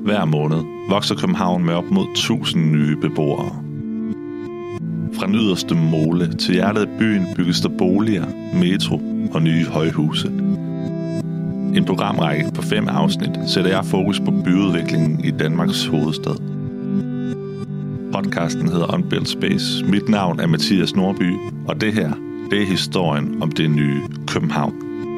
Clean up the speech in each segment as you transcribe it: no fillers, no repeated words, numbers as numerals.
Hver måned vokser København med op mod 1000 nye beboere. Fra den yderste mole til hjertet af byen bygges der boliger, metro og nye højhuse. En programrække på 5 afsnit sætter jeg fokus på byudviklingen i Danmarks hovedstad. Podcasten hedder Unbuilt Space. Mit navn er Mathias Nordby, og det her, det er historien om det nye København.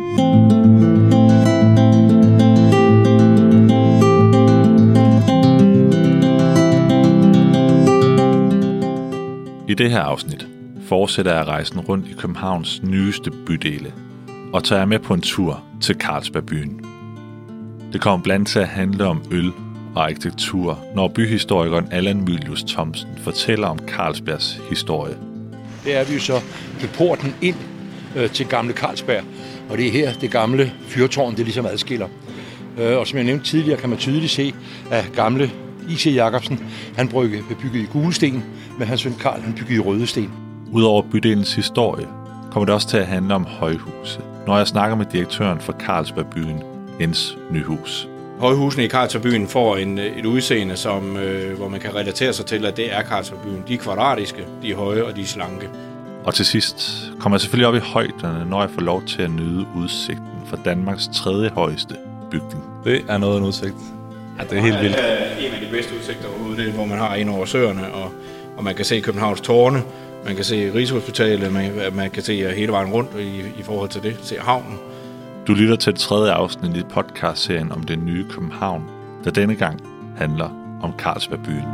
I det her afsnit fortsætter jeg rejsen rundt i Københavns nyeste bydele og tager med på en tur til Carlsbergbyen. Det kommer blandt til at handle om øl og arkitektur, når byhistorikeren Allan Mylius Thomsen fortæller om Carlsbergs historie. Det er vi jo så ved porten ind til gamle Carlsberg, og det er her det gamle fyrtårn, det ligesom adskiller. Og som jeg nævnte tidligere, kan man tydeligt se, at gamle I.C. Jacobsen, han byggede i gule sten, men hans søn Karl, han byggede i røde sten. Udover bydelens historie, kommer det også til at handle om højhuse, når jeg snakker med direktøren for Carlsbergbyen, Jens Nyhus. Højhusene i Carlsbergbyen får et udseende, hvor man kan relatere sig til, at det er Carlsbergbyen. De er kvadratiske, de er høje og de er slanke. Og til sidst kommer jeg selvfølgelig op i højderne, når jeg får lov til at nyde udsigten fra Danmarks 3. højeste bygning. Det er noget af en udsigt. Ja, det er helt vildt. En af de bedste udsigter overhovedet, hvor man har ind over søerne, og man kan se Københavns tårne, man kan se Rigshospitalet, man kan se hele vejen rundt i forhold til det, se havnen. Du lytter til det 3. afsnit i podcastserien om det nye København, der denne gang handler om Carlsbergbyen.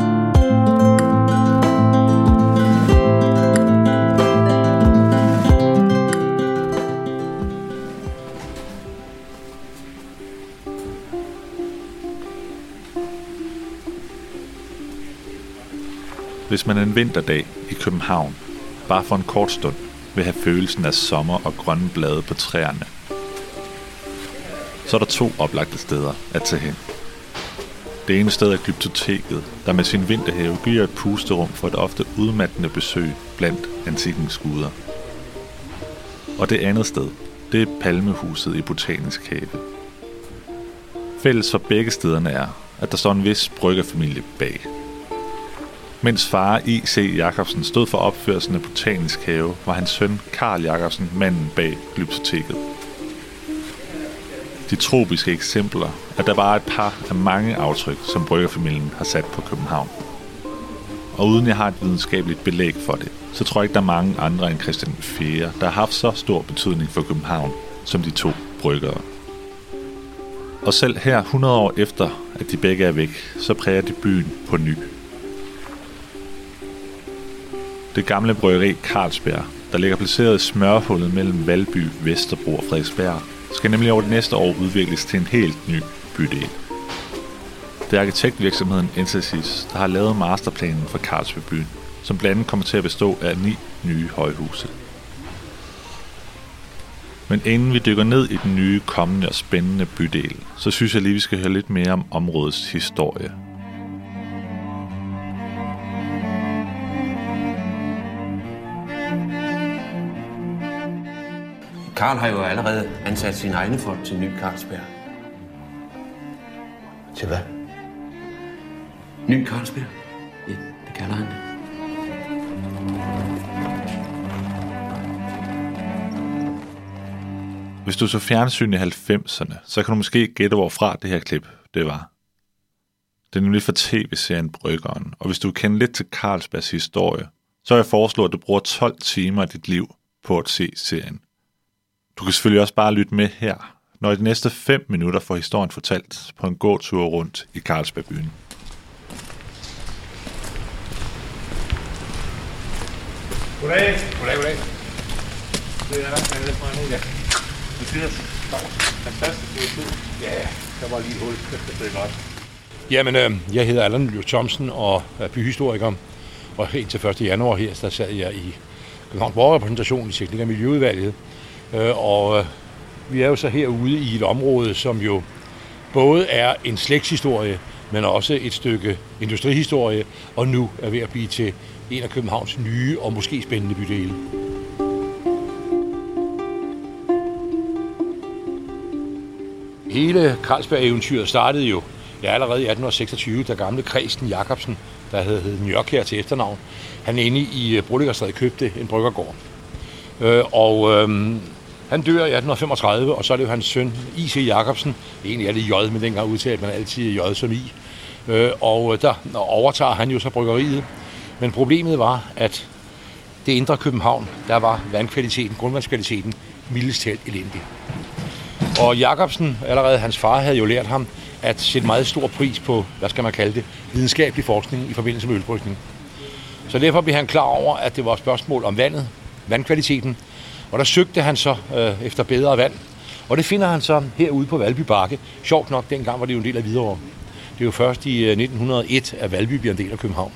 Hvis man en vinterdag i København, bare for en kort stund, vil have følelsen af sommer og grønne blade på træerne, så er der 2 oplagte steder at tage hen. Det ene sted er Glyptoteket, der med sin vinterhave giver et pusterum for et ofte udmattende besøg blandt antikkens guder. Og det andet sted, det er Palmehuset i Botanisk Have. Fælles for begge stederne er, at der står en vis bryggerfamilie bag. Mens far I.C. Jacobsen stod for opførelsen af Botanisk Have, var hans søn Carl Jacobsen manden bag Glyptoteket. De tropiske eksempler, at der bare er et par af mange aftryk, som bryggerfamilien har sat på København. Og uden jeg har et videnskabeligt belæg for det, så tror jeg ikke, der er mange andre end Christian 4., der har haft så stor betydning for København, som de 2 bryggere. Og selv her 100 år efter, at de begge er væk, så præger de byen på ny. Det gamle bryggeri Carlsberg, der ligger placeret i smørhullet mellem Valby, Vesterbro og Frederiksberg, skal nemlig over det næste år udvikles til en helt ny bydel. Det er arkitektvirksomheden Entasis, der har lavet masterplanen for Carlsbergbyen, som blandt andet kommer til at bestå af 9 nye højhuse. Men inden vi dykker ned i den nye, kommende og spændende bydel, så synes jeg lige, vi skal høre lidt mere om områdets historie. Karl har jo allerede ansat sine egne folk til ny Carlsberg. Til hvad? Ny Carlsberg? Ja, det kalder han det. Hvis du så fjernsyn i 90'erne, så kan du måske gætte, hvorfra det her klip det var. Det er nemlig fra tv-serien Bryggeren, og hvis du kender lidt til Carlsbergs historie, så vil jeg foreslå, at du bruger 12 timer af dit liv på at se serien. Du kan selvfølgelig også bare lytte med her, når i de næste 5 minutter får historien fortalt på en gåtur rundt i Carlsbergbyen. Goddag. Det er lidt meget ja. Mathias, fantastisk. Ja, der var lige hul. Det er godt. Jamen, jeg hedder Allan Mylius Thomsen og er byhistoriker. Og indtil 1. januar her, der sad jeg i Københavns Borgerrepræsentation i Teknik- og Miljøudvalget. Og vi er jo så herude i et område, som jo både er en slægtshistorie, men også et stykke industrihistorie, og nu er ved at blive til en af Københavns nye og måske spændende bydele. Hele Carlsberg-eventyret startede jo Ja, allerede i 1826, der gamle Christen Jacobsen, der hed Njørkjær til efternavn, han inde i Brolæggerstræde købte en bryggergård. Han dør i 1835, og så er det jo hans søn, I.C. Jacobsen. Egentlig er det J, men dengang udtalte man altid J som I. Og der overtager han jo så bryggeriet. Men problemet var, at det indre København, der var vandkvaliteten, grundvandskvaliteten, mildest talt elendig. Og Jacobsen, allerede hans far, havde jo lært ham at sætte meget stor pris på, hvad skal man kalde det, videnskabelig forskning i forbindelse med ølbrygning. Så derfor blev han klar over, at det var et spørgsmål om vandet, vandkvaliteten. Og der søgte han så efter bedre vand. Og det finder han så herude på Valby Bakke. Sjovt nok, dengang var det jo en del af Hvidovre. Det er jo først i 1901, at Valby bliver en del af København.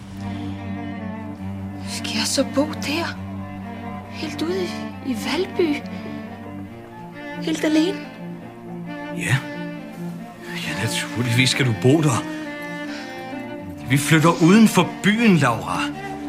Skal jeg så bo der? Helt ude i Valby? Helt alene? Ja. Ja, naturligvis skal du bo der. Vi flytter uden for byen, Laura.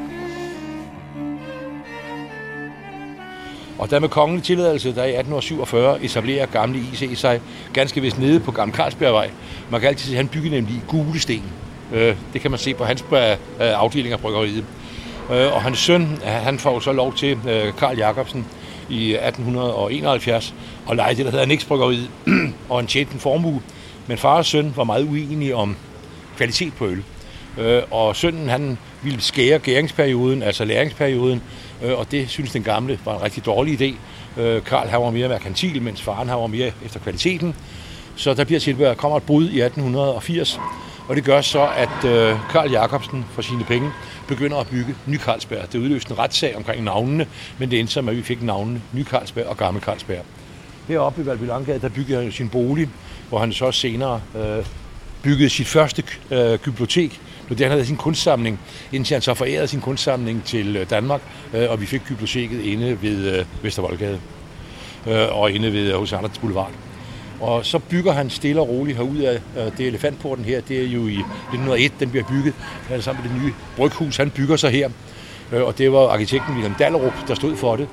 Og der med kongelig tilladelse, der i 1847 etablerer gamle IC sig ganske vist nede på Gamle Carlsbergvej. Man kan altid se, at han bygger nemlig gule sten. Det kan man se på hans afdeling af bryggeriet. Og hans søn, han får så lov til, Carl Jacobsen, i 1871 og lege det, der hedder Nix-bryggeriet, og han tjente en formue. Men far og søn var meget uenige om kvalitet på øl. Og sønnen, han ville skære gæringsperioden, altså læringsperioden, og det synes den gamle var en rigtig dårlig idé. Karl han var mere merkantil, mens faren han var mere efter kvaliteten. Så der kommer et brud i 1880, og det gør så, at Carl Jacobsen for sine penge begynder at bygge Ny Carlsberg. Det udløste en retssag omkring navnene, men det endte så med, at vi fik navnene Ny Carlsberg og Gammel Carlsberg. Heroppe i Valby Langgade, der byggede han sin bolig, hvor han så senere byggede sit første bibliotek. Det han havde sin kunstsamling, indtil han så forærede sin kunstsamling til Danmark, og vi fik biblioteket inde ved Vestervoldgade og inde ved H.C. Andersens Boulevard. Og så bygger han stille og roligt herud af det elefantporten her. Det er jo i 1901, den bliver bygget. Han er sammen med det nye bryghus, han bygger sig her. Og det var arkitekten Wilhelm Dahlerup, der stod for det.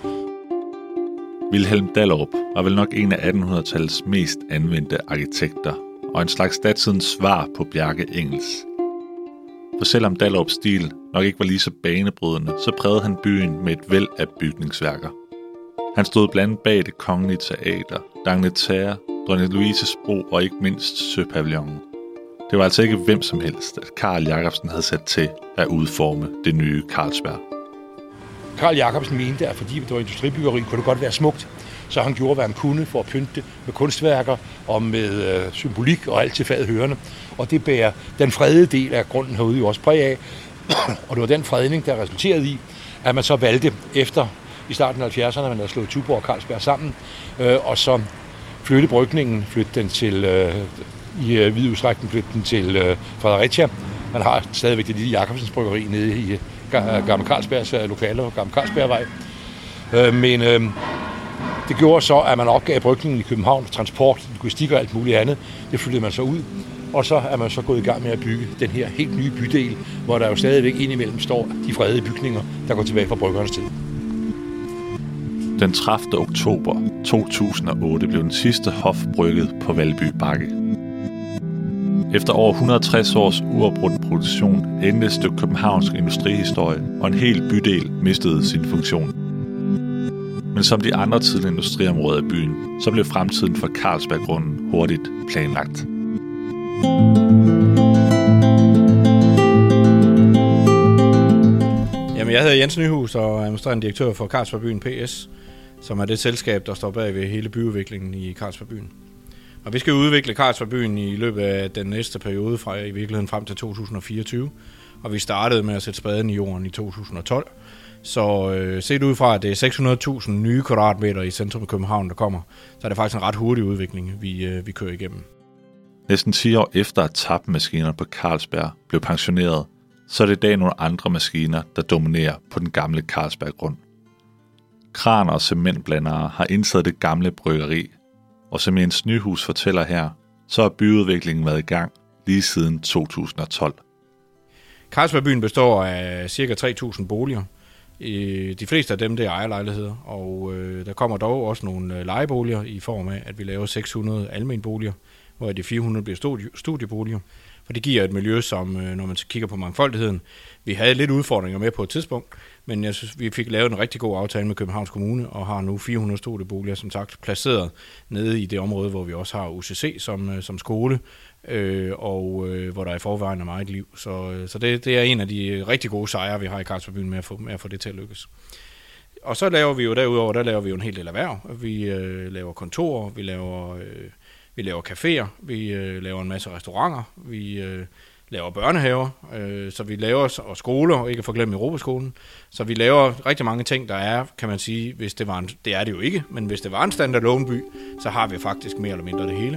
Wilhelm Dahlerup var vel nok en af 1800-tallets mest anvendte arkitekter, og en slags datidens svar på Bjarke Ingels. For selvom Dahlerups stil nok ikke var lige så banebrydende, så prægede han byen med et væld af bygningsværker. Han stod blandt bag det kongelige teater, d'Angleterre, Dronning Louises Bro og ikke mindst Søpavillonen. Det var altså ikke hvem som helst, at Carl Jacobsen havde sat til at udforme det nye Carlsberg. Carl Jacobsen mente, at fordi det var industribyggeri, kunne det godt være smukt. Så han gjorde, hvad han kunne for at pynte med kunstværker og med symbolik og alt til faget hørende. Og det bærer den fredede del af grunden herude jo også præg af. Og det var den fredning, der resulterede i, at man så valgte efter i starten af 70'erne, man havde slået Tuborg og Carlsberg sammen, og så flytte brygningen, flytte den til, i vid udstrækning flytte den til Fredericia. Man har stadigvæk det lille Jacobsens bryggeri nede i Gamle Carlsbergs lokaler på Gamle Carlsbergvej. Men det gjorde så, at man opgav brygningen i København, transport, logistik og alt muligt andet. Det flyttede man så ud, og så er man så gået i gang med at bygge den her helt nye bydel, hvor der jo stadigvæk indimellem står de fredede bygninger, der går tilbage fra bryggernes tid. Den 30. oktober 2008 blev den sidste hof brygget på Valby Bakke. Efter over 160 års uafbrudt produktion endte et stykke københavnsk industrihistorie, og en hel bydel mistede sin funktion. Men som de andre tidlige industriområder i byen, så blev fremtiden for Carlsberggrunden hurtigt planlagt. Jamen, jeg hedder Jens Nyhus og er administrerende direktør for Carlsbergbyen PS, som er det selskab, der står bag ved hele byudviklingen i Carlsbergbyen. Og vi skal udvikle Carlsbergbyen i løbet af den næste periode fra i virkeligheden frem til 2024, og vi startede med at sætte spaden i jorden i 2012. Så set ud fra, at det er 600.000 nye kvadratmeter i centrum af København, der kommer, så er det faktisk en ret hurtig udvikling, vi kører igennem. Næsten 10 år efter at tappemaskiner på Carlsberg blev pensioneret, så er det i dag nogle andre maskiner, der dominerer på den gamle Carlsberggrund. Kraner og cementblandere har indtaget det gamle bryggeri, og som Jens Nyhus fortæller her, så har byudviklingen været i gang lige siden 2012. Carlsbergbyen består af ca. 3.000 boliger. De fleste af dem det er ejerlejligheder, og der kommer dog også nogle lejeboliger i form af, at vi laver 600 almenboliger, hvor de 400 bliver studieboliger. For det giver et miljø, som, når man kigger på mangfoldigheden, vi havde lidt udfordringer med på et tidspunkt, men jeg synes, vi fik lavet en rigtig god aftale med Københavns Kommune, og har nu 400 studieboliger, som sagt, placeret nede i det område, hvor vi også har UCC som skole, og hvor der i forvejen er meget liv. Så det er en af de rigtig gode sejre, vi har i Carlsberg med at få det til at lykkes. Og så laver vi jo derudover, der laver vi jo en hel del erhverv. Vi laver kontorer, vi laver caféer, vi laver en masse restauranter, vi laver børnehaver, så vi laver og skoler, ikke at forglemme Europaskolen. Så vi laver rigtig mange ting, der er, kan man sige, hvis det var det er det jo ikke, men hvis det var en standalone by, så har vi faktisk mere eller mindre det hele.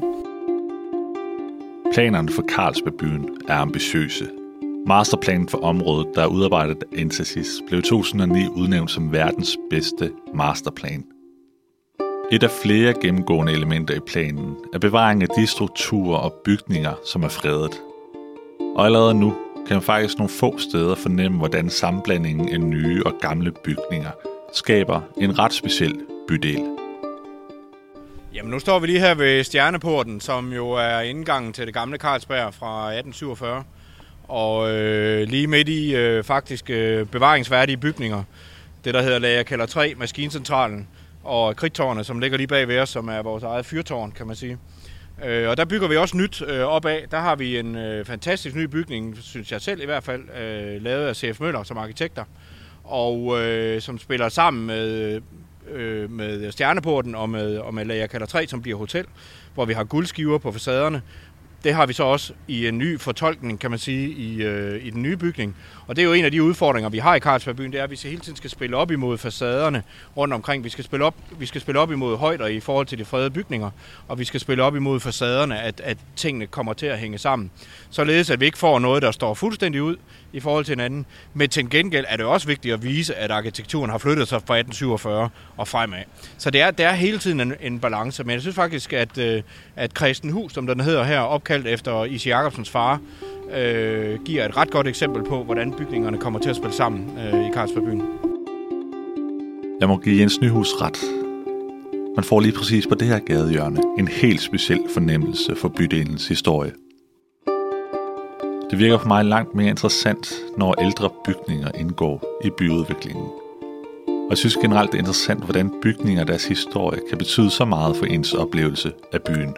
Planerne for Carlsbergbyen er ambitiøse. Masterplanen for området, der er udarbejdet af Entasis, blev i 2009 udnævnt som verdens bedste masterplan. Et af flere gennemgående elementer i planen er bevaring af de strukturer og bygninger, som er fredet. Og allerede nu kan man faktisk nogle få steder fornemme, hvordan sammenblandingen af nye og gamle bygninger skaber en ret speciel bydel. Jamen nu står vi lige her ved Stjerneporten, som jo er indgangen til det gamle Carlsberg fra 1847. Og lige midt i faktisk bevaringsværdige bygninger, det der hedder Lagerkælder 3, Maskincentralen og Kridtårnet, som ligger lige bag ved os, som er vores eget fyrtårn, kan man sige. Og der bygger vi også nyt opad. Der har vi en fantastisk ny bygning, synes jeg selv i hvert fald, lavet af C.F. Møller som arkitekter, og som spiller sammen med Stjerneporten og med Lagerkælder 3, som bliver hotel, hvor vi har guldskiver på facaderne. Det har vi så også i en ny fortolkning, kan man sige, i den nye bygning. Og det er jo en af de udfordringer, vi har i Carlsbergbyen, det er, at vi hele tiden skal spille op imod facaderne rundt omkring. Vi skal spille op imod højder i forhold til de fredede bygninger, og vi skal spille op imod facaderne, at tingene kommer til at hænge sammen. Således at vi ikke får noget, der står fuldstændig ud i forhold til hinanden. Men til gengæld er det også vigtigt at vise, at arkitekturen har flyttet sig fra 1847 og fremad. Så det er hele tiden en balance. Men jeg synes faktisk, at Christenhus, som den hedder her, opkaldt efter Isi Jacobsens far, giver et ret godt eksempel på, hvordan bygningerne kommer til at spille sammen i Carlsbergbyen. Jeg må give Jens Nyhus ret. Man får lige præcis på det her gadehjørne en helt speciel fornemmelse for bydelens historie. Det virker for mig langt mere interessant, når ældre bygninger indgår i byudviklingen. Og jeg synes generelt, det er interessant, hvordan bygninger og deres historie kan betyde så meget for ens oplevelse af byen.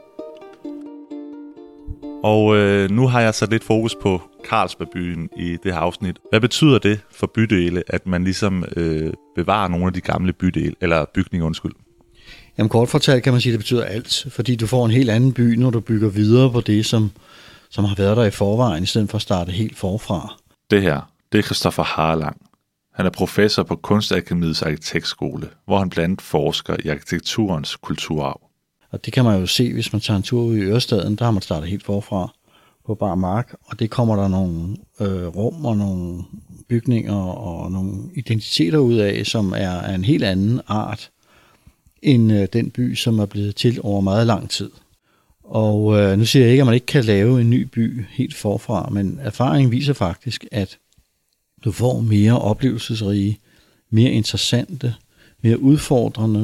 Og nu har jeg sat lidt fokus på Carlsbergbyen i det her afsnit. Hvad betyder det for bydele, at man ligesom bevarer nogle af de gamle bygninger, Jamen kort fortalt kan man sige, at det betyder alt, fordi du får en helt anden by, når du bygger videre på det, som har været der i forvejen, i stedet for at starte helt forfra. Det her, det er Christoffer Harlang. Han er professor på Kunstakademiets Arkitektskole, hvor han blandt andet forsker i arkitekturens kulturarv. Og det kan man jo se, hvis man tager en tur ud i Ørestaden, der har man startet helt forfra på bar mark, og det kommer der nogle rum og nogle bygninger og nogle identiteter ud af, som er en helt anden art end den by, som er blevet til over meget lang tid. Og nu siger jeg ikke, at man ikke kan lave en ny by helt forfra, men erfaringen viser faktisk, at du får mere oplevelsesrige, mere interessante, mere udfordrende,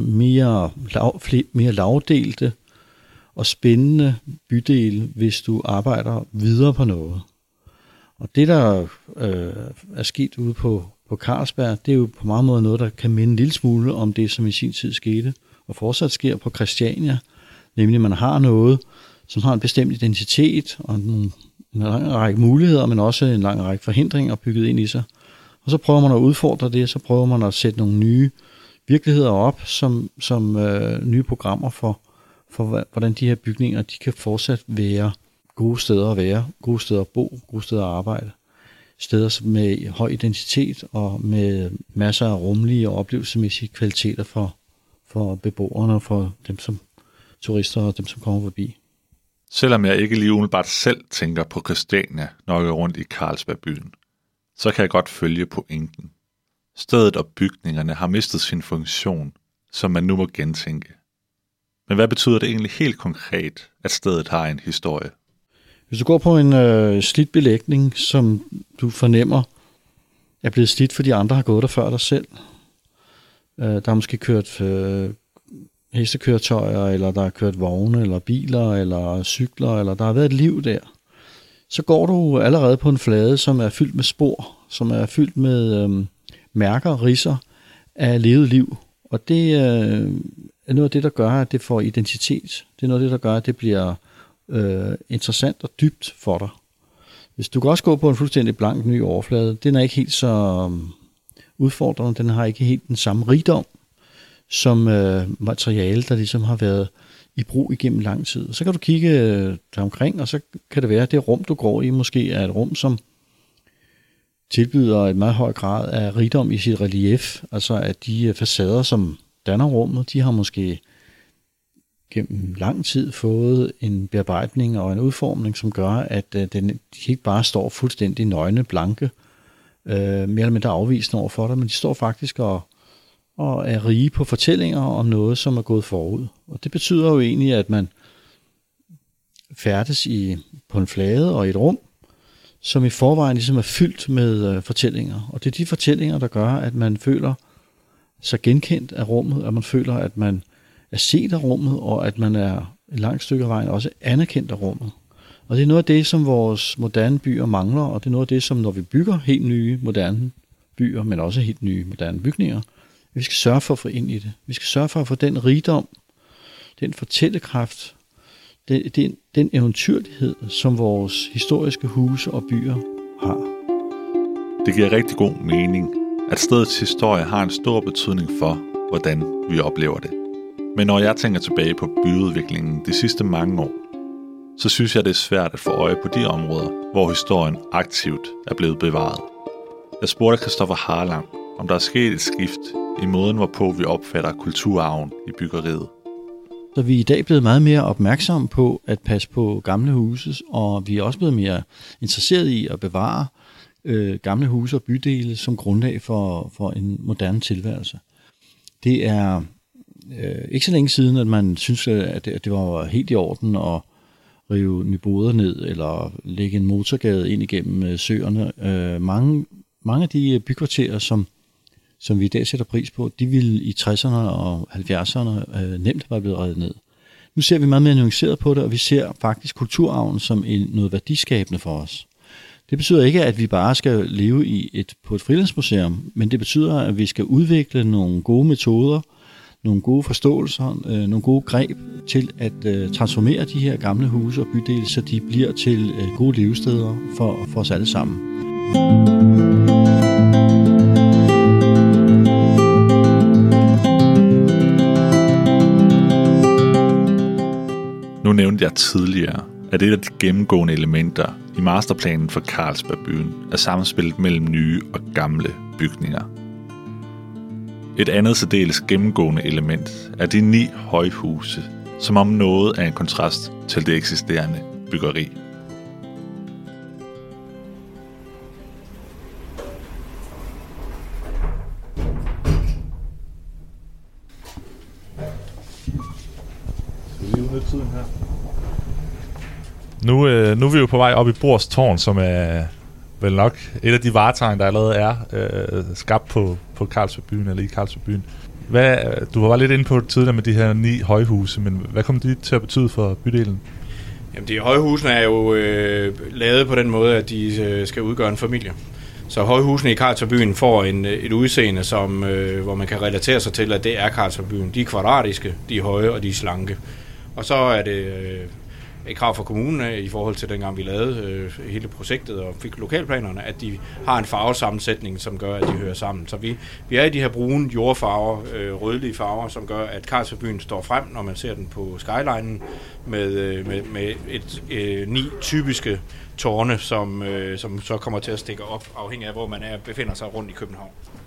mere lavdelte og spændende bydele, hvis du arbejder videre på noget. Og det, der er sket ude på Carlsberg, det er jo på mange måder noget, der kan minde en lille smule om det, som i sin tid skete, og fortsat sker på Christiania. Nemlig, at man har noget, som har en bestemt identitet og en lang række muligheder, men også en lang række forhindringer bygget ind i sig. Og så prøver man at udfordre det, så prøver man at sætte nogle nye virkeligheder op, som nye programmer for hvordan de her bygninger, de kan fortsat være gode steder at være, gode steder at bo, gode steder at arbejde. Steder med høj identitet og med masser af rummelige og oplevelsesmæssige kvaliteter for beboerne og for dem som turister og dem som kommer forbi. Selvom jeg ikke lige umiddelbart selv tænker på Christiania, når jeg går rundt i Carlsbergbyen, så kan jeg godt følge pointen. Stedet og bygningerne har mistet sin funktion, som man nu må gentænke. Men hvad betyder det egentlig helt konkret, at stedet har en historie? Hvis du går på en slidt belægning, som du fornemmer er blevet slidt, fordi andre har gået der før dig selv. Der har måske kørt hestekøretøjer, eller der er kørt vogne, eller biler, eller cykler, eller der har været et liv der, så går du allerede på en flade, som er fyldt med spor, som er fyldt med mærker og ridser af levet liv. Og det er noget af det, der gør, at det får identitet. Det er noget af det, der gør, at det bliver interessant og dybt for dig. Hvis du kan også gå på en fuldstændig blank ny overflade, den er ikke helt så udfordrende, den har ikke helt den samme rigdom som materiale, der ligesom har været i brug igennem lang tid. Så kan du kigge der omkring, og så kan det være, at det rum, du går i, måske er et rum, som tilbyder et meget høj grad af rigdom i sit relief, altså at de facader, som danner rummet, de har måske gennem lang tid fået en bearbejdning og en udformning, som gør, at de ikke bare står fuldstændig nøgne, blanke, mere eller mindre afvisende over for dig, men de står faktisk og er rige på fortællinger om noget, som er gået forud. Og det betyder jo egentlig, at man færdes på en flade og i et rum, som i forvejen ligesom er fyldt med fortællinger. Og det er de fortællinger, der gør, at man føler sig genkendt af rummet, at man føler, at man er set af rummet, og at man er et langt stykke af vejen også anerkendt af rummet. Og det er noget af det, som vores moderne byer mangler, og det er noget af det, som når vi bygger helt nye moderne byer, men også helt nye moderne bygninger, vi skal sørge for at få ind i det. Vi skal sørge for at få den rigdom, den fortællekraft, den eventyrlighed, som vores historiske huse og byer har. Det giver rigtig god mening, at stedets historie har en stor betydning for, hvordan vi oplever det. Men når jeg tænker tilbage på byudviklingen de sidste mange år, så synes jeg, det er svært at få øje på de områder, hvor historien aktivt er blevet bevaret. Jeg spurgte Christoffer Harlang, om der er sket et skift i måden, hvorpå vi opfatter kulturarven i byggeriet. Så vi er i dag blevet meget mere opmærksomme på at passe på gamle huse, og vi er også blevet mere interesseret i at bevare gamle huse og bydele som grundlag for en moderne tilværelse. Det er ikke så længe siden, at man synes, at det var helt i orden at rive Nyboder ned, eller lægge en motorgade ind igennem søerne. Mange af de bykvarterer, som vi i dag sætter pris på, de ville i 60'erne og 70'erne nemt være blevet revet ned. Nu ser vi meget mere nuanceret på det, og vi ser faktisk kulturarven som noget værdiskabende for os. Det betyder ikke, at vi bare skal leve på et frilandsmuseum, men det betyder, at vi skal udvikle nogle gode metoder, nogle gode forståelser, nogle gode greb til at transformere de her gamle huse og bydele, så de bliver til gode levesteder for os alle sammen. Nu nævnte jeg tidligere, at et af de gennemgående elementer i masterplanen for Carlsbergbyen er samspillet mellem nye og gamle bygninger. Et andet særdeles gennemgående element er de 9 højhuse, som om noget er en kontrast til det eksisterende byggeri. Nu er vi jo på vej op i Bors Tårn, som er vel nok et af de varetegn, der allerede er skabt på Carlsbergbyen, eller i Carlsbergbyen. Du var lidt inde på det tidligere med de her 9 højhuse, men hvad kommer de til at betyde for bydelen? Jamen, de højhusene er jo lavet på den måde, at de skal udgøre en familie. Så højhusene i Carlsbergbyen får et udseende, hvor man kan relatere sig til, at det er Carlsbergbyen. De er kvadratiske, de er høje og de er slanke. Og så er det et krav fra kommunen i forhold til dengang vi lavede hele projektet og fik lokalplanerne, at de har en farvesammensætning, som gør, at de hører sammen. Så vi er i de her brune jordfarver, rødlige farver, som gør, at Carlsbergbyen står frem, når man ser den på skylinen, med 9 typiske tårne, som så kommer til at stikke op, afhængig af, hvor man befinder sig rundt i København.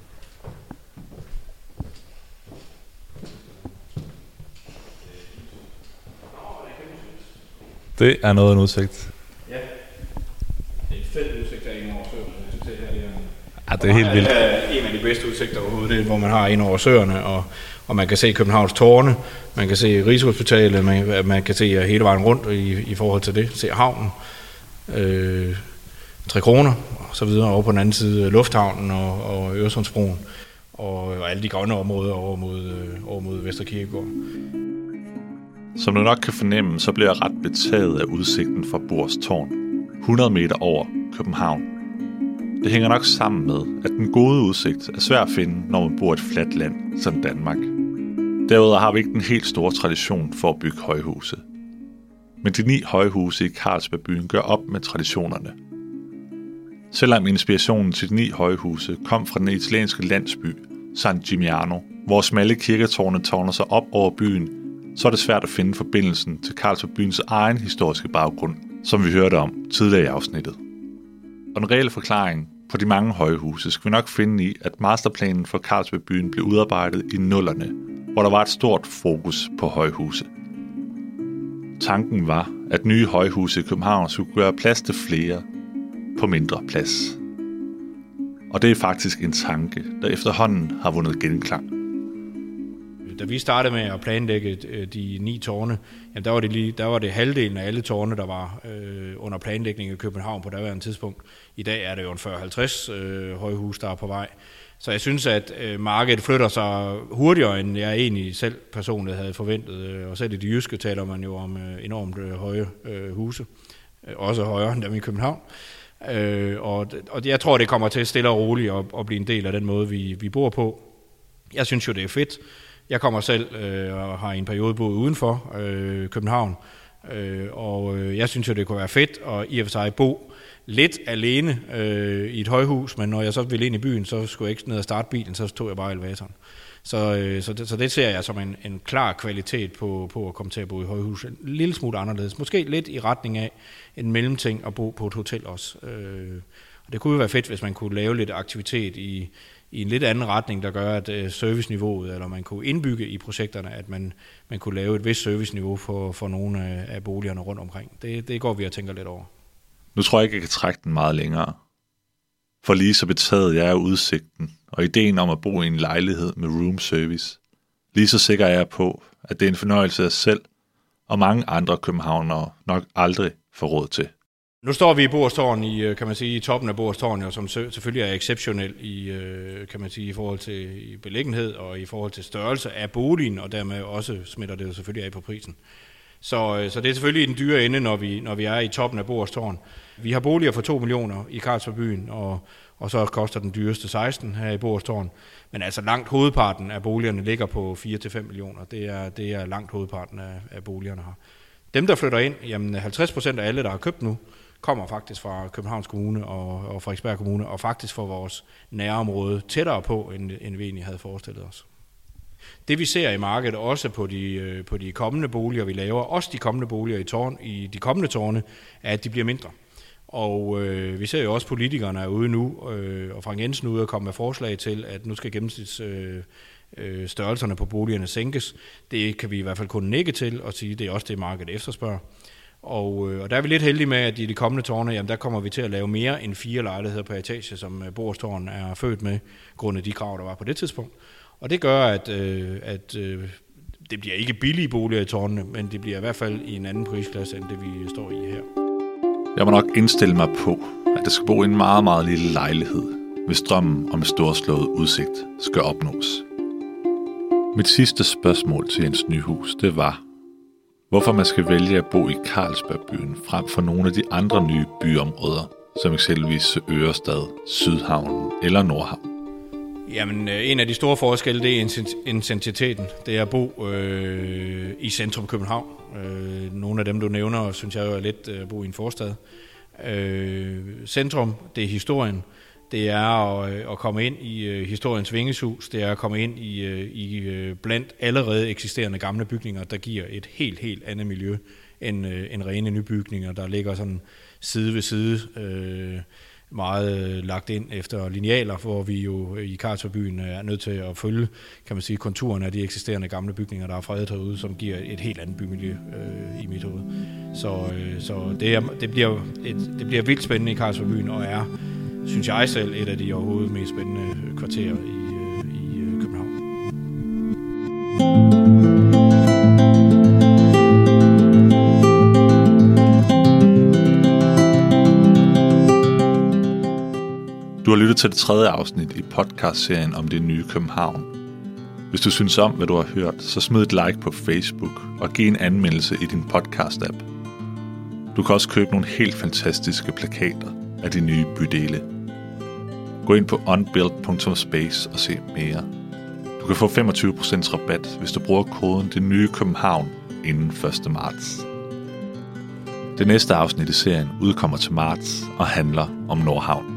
Det er noget af en udsigt. Ja, det er en fed udsigt der ind over søerne. Ja, det er helt vildt. Det er en af de bedste udsigter overhovedet, det, hvor man har ind over søerne, og man kan se Københavns tårne, man kan se Rigshospitalet, man kan se hele vejen rundt i forhold til det, se havnen, 3 Kroner og så videre, over på den anden side Lufthavnen og Øresundsbroen. og alle de grønne områder over mod Vestre Kirkegård. Som du nok kan fornemme, så bliver jeg ret betaget af udsigten fra Bohrs Tårn, 100 meter over København. Det hænger nok sammen med, at den gode udsigt er svær at finde, når man bor i et fladt land som Danmark. Derudover har vi ikke den helt store tradition for at bygge højhuse. Men de 9 højhuse i Carlsbergbyen gør op med traditionerne. Selvom inspirationen til de 9 højhuse kom fra den italienske landsby San Gimignano, hvor smalle kirketårne tårner sig op over byen, så er det svært at finde forbindelsen til Carlsbergbyens egen historiske baggrund, som vi hørte om tidligere i afsnittet. Og den reelle forklaring på de mange højhuse skal vi nok finde i, at masterplanen for Carlsbergbyen blev udarbejdet i 00'erne, hvor der var et stort fokus på højhuse. Tanken var, at nye højhuse i København skulle gøre plads til flere på mindre plads. Og det er faktisk en tanke, der efterhånden har vundet genklang. Da vi startede med at planlægge de 9 tårne, jamen der var det halvdelen af alle tårne, der var under planlægning i København på daværende tidspunkt. I dag er det jo en 40-50 højhus, der er på vej. Så jeg synes, at markedet flytter sig hurtigere, end jeg egentlig selv personligt havde forventet. Og selv i de jyske taler man jo om enormt høje huse. Også højere end dem i København. Og jeg tror, det kommer til stille og roligt at blive en del af den måde, vi bor på. Jeg synes jo, det er fedt. Jeg kommer selv og har i en periode boet uden for København. Og jeg synes jo, det kunne være fedt at i og for sig bo lidt alene i et højhus, men når jeg så ville ind i byen, så skulle jeg ikke ned og starte bilen, så tog jeg bare elevatoren. Så det ser jeg som en klar kvalitet på at komme til at bo i højhus. En lille smule anderledes. Måske lidt i retning af en mellemting at bo på et hotel også. Og det kunne jo være fedt, hvis man kunne lave lidt aktivitet i en lidt anden retning, der gør, at serviceniveauet, eller man kunne indbygge i projekterne, at man kunne lave et vist serviceniveau for nogle af boligerne rundt omkring. Det går vi og tænker lidt over. Nu tror jeg ikke, jeg kan trække den meget længere. For lige så betaget jeg af udsigten, og ideen om at bo i en lejlighed med room service. Lige så sikker er jeg på, at det er en fornøjelse af selv, og mange andre københavnere nok aldrig får råd til. Nu står vi i Bohrs Tårn, kan man sige, i toppen af Bohrs Tårn, som selvfølgelig er exceptionel kan man sige, i forhold til beliggenhed og i forhold til størrelse af boligen, og dermed også smitter det jo selvfølgelig af på prisen. Så det er selvfølgelig i den dyre ende, når vi er i toppen af Bohrs Tårn. Vi har boliger for 2 millioner i Carlsbergbyen, og så koster den dyreste 16 her i Bohrs Tårn. Men altså langt hovedparten af boligerne ligger på 4-5 millioner. Det er langt hovedparten af boligerne her. Dem, der flytter ind, jamen 50% af alle, der har købt nu, kommer faktisk fra Københavns Kommune og Frederiksberg Kommune, og faktisk fra vores nærområde tættere på, end vi egentlig havde forestillet os. Det vi ser i markedet, også på de kommende boliger, vi laver, også de kommende boliger i de kommende tårne, er, at de bliver mindre. Og vi ser jo også, politikerne er ude nu, og Frank Jensen ude og komme med forslag til, at nu skal gennemsnitsstørrelserne på boligerne sænkes. Det kan vi i hvert fald kun nikke til og sige, det er også det, markedet efterspørger. Og der er vi lidt heldige med, at i de kommende tårne, jamen der kommer vi til at lave mere end 4 lejligheder per etage, som Bohrs Tårn er født med, grundet de krav, der var på det tidspunkt. Og det gør, at det bliver ikke billige boliger i tårnene, men det bliver i hvert fald i en anden prisklasse, end det vi står i her. Jeg må nok indstille mig på, at det skal bo i en meget, meget lille lejlighed, hvis drømmen om en storslået udsigt skal opnås. Mit sidste spørgsmål til Jens Nyhus, det var, hvorfor man skal vælge at bo i Carlsbergbyen frem for nogle af de andre nye byområder, som eksempelvis Ørestad, Sydhavnen eller Nordhavn. Jamen, en af de store forskelle, det er intensiteten. Det er at bo i centrum København. Nogle af dem, du nævner, synes jeg jo er lidt at bo i en forstad. Centrum, det er historien. Det er at komme ind i historiens vingeshus. Det er at komme ind i blandt allerede eksisterende gamle bygninger, der giver et helt andet miljø end rene nybygninger, der ligger sådan side ved side, meget lagt ind efter linealer, hvor vi jo i Carlsbergbyen er nødt til at følge, kan man sige, konturen af de eksisterende gamle bygninger, der er fredet herude, som giver et helt andet bymiljø i mit hoved. Så det bliver vildt spændende i Carlsbergbyen, og er, synes jeg selv, et af de overhovedet mest spændende kvarterer i København. Du har lyttet til det 3. afsnit i podcastserien om det nye København. Hvis du synes om, hvad du har hørt, så smid et like på Facebook og giv en anmeldelse i din podcast-app. Du kan også købe nogle helt fantastiske plakater af de nye bydele. Gå ind på unbuilt.space og se mere. Du kan få 25% rabat, hvis du bruger koden Det Nye København inden 1. marts. Det næste afsnit i serien udkommer til marts og handler om Nordhavn.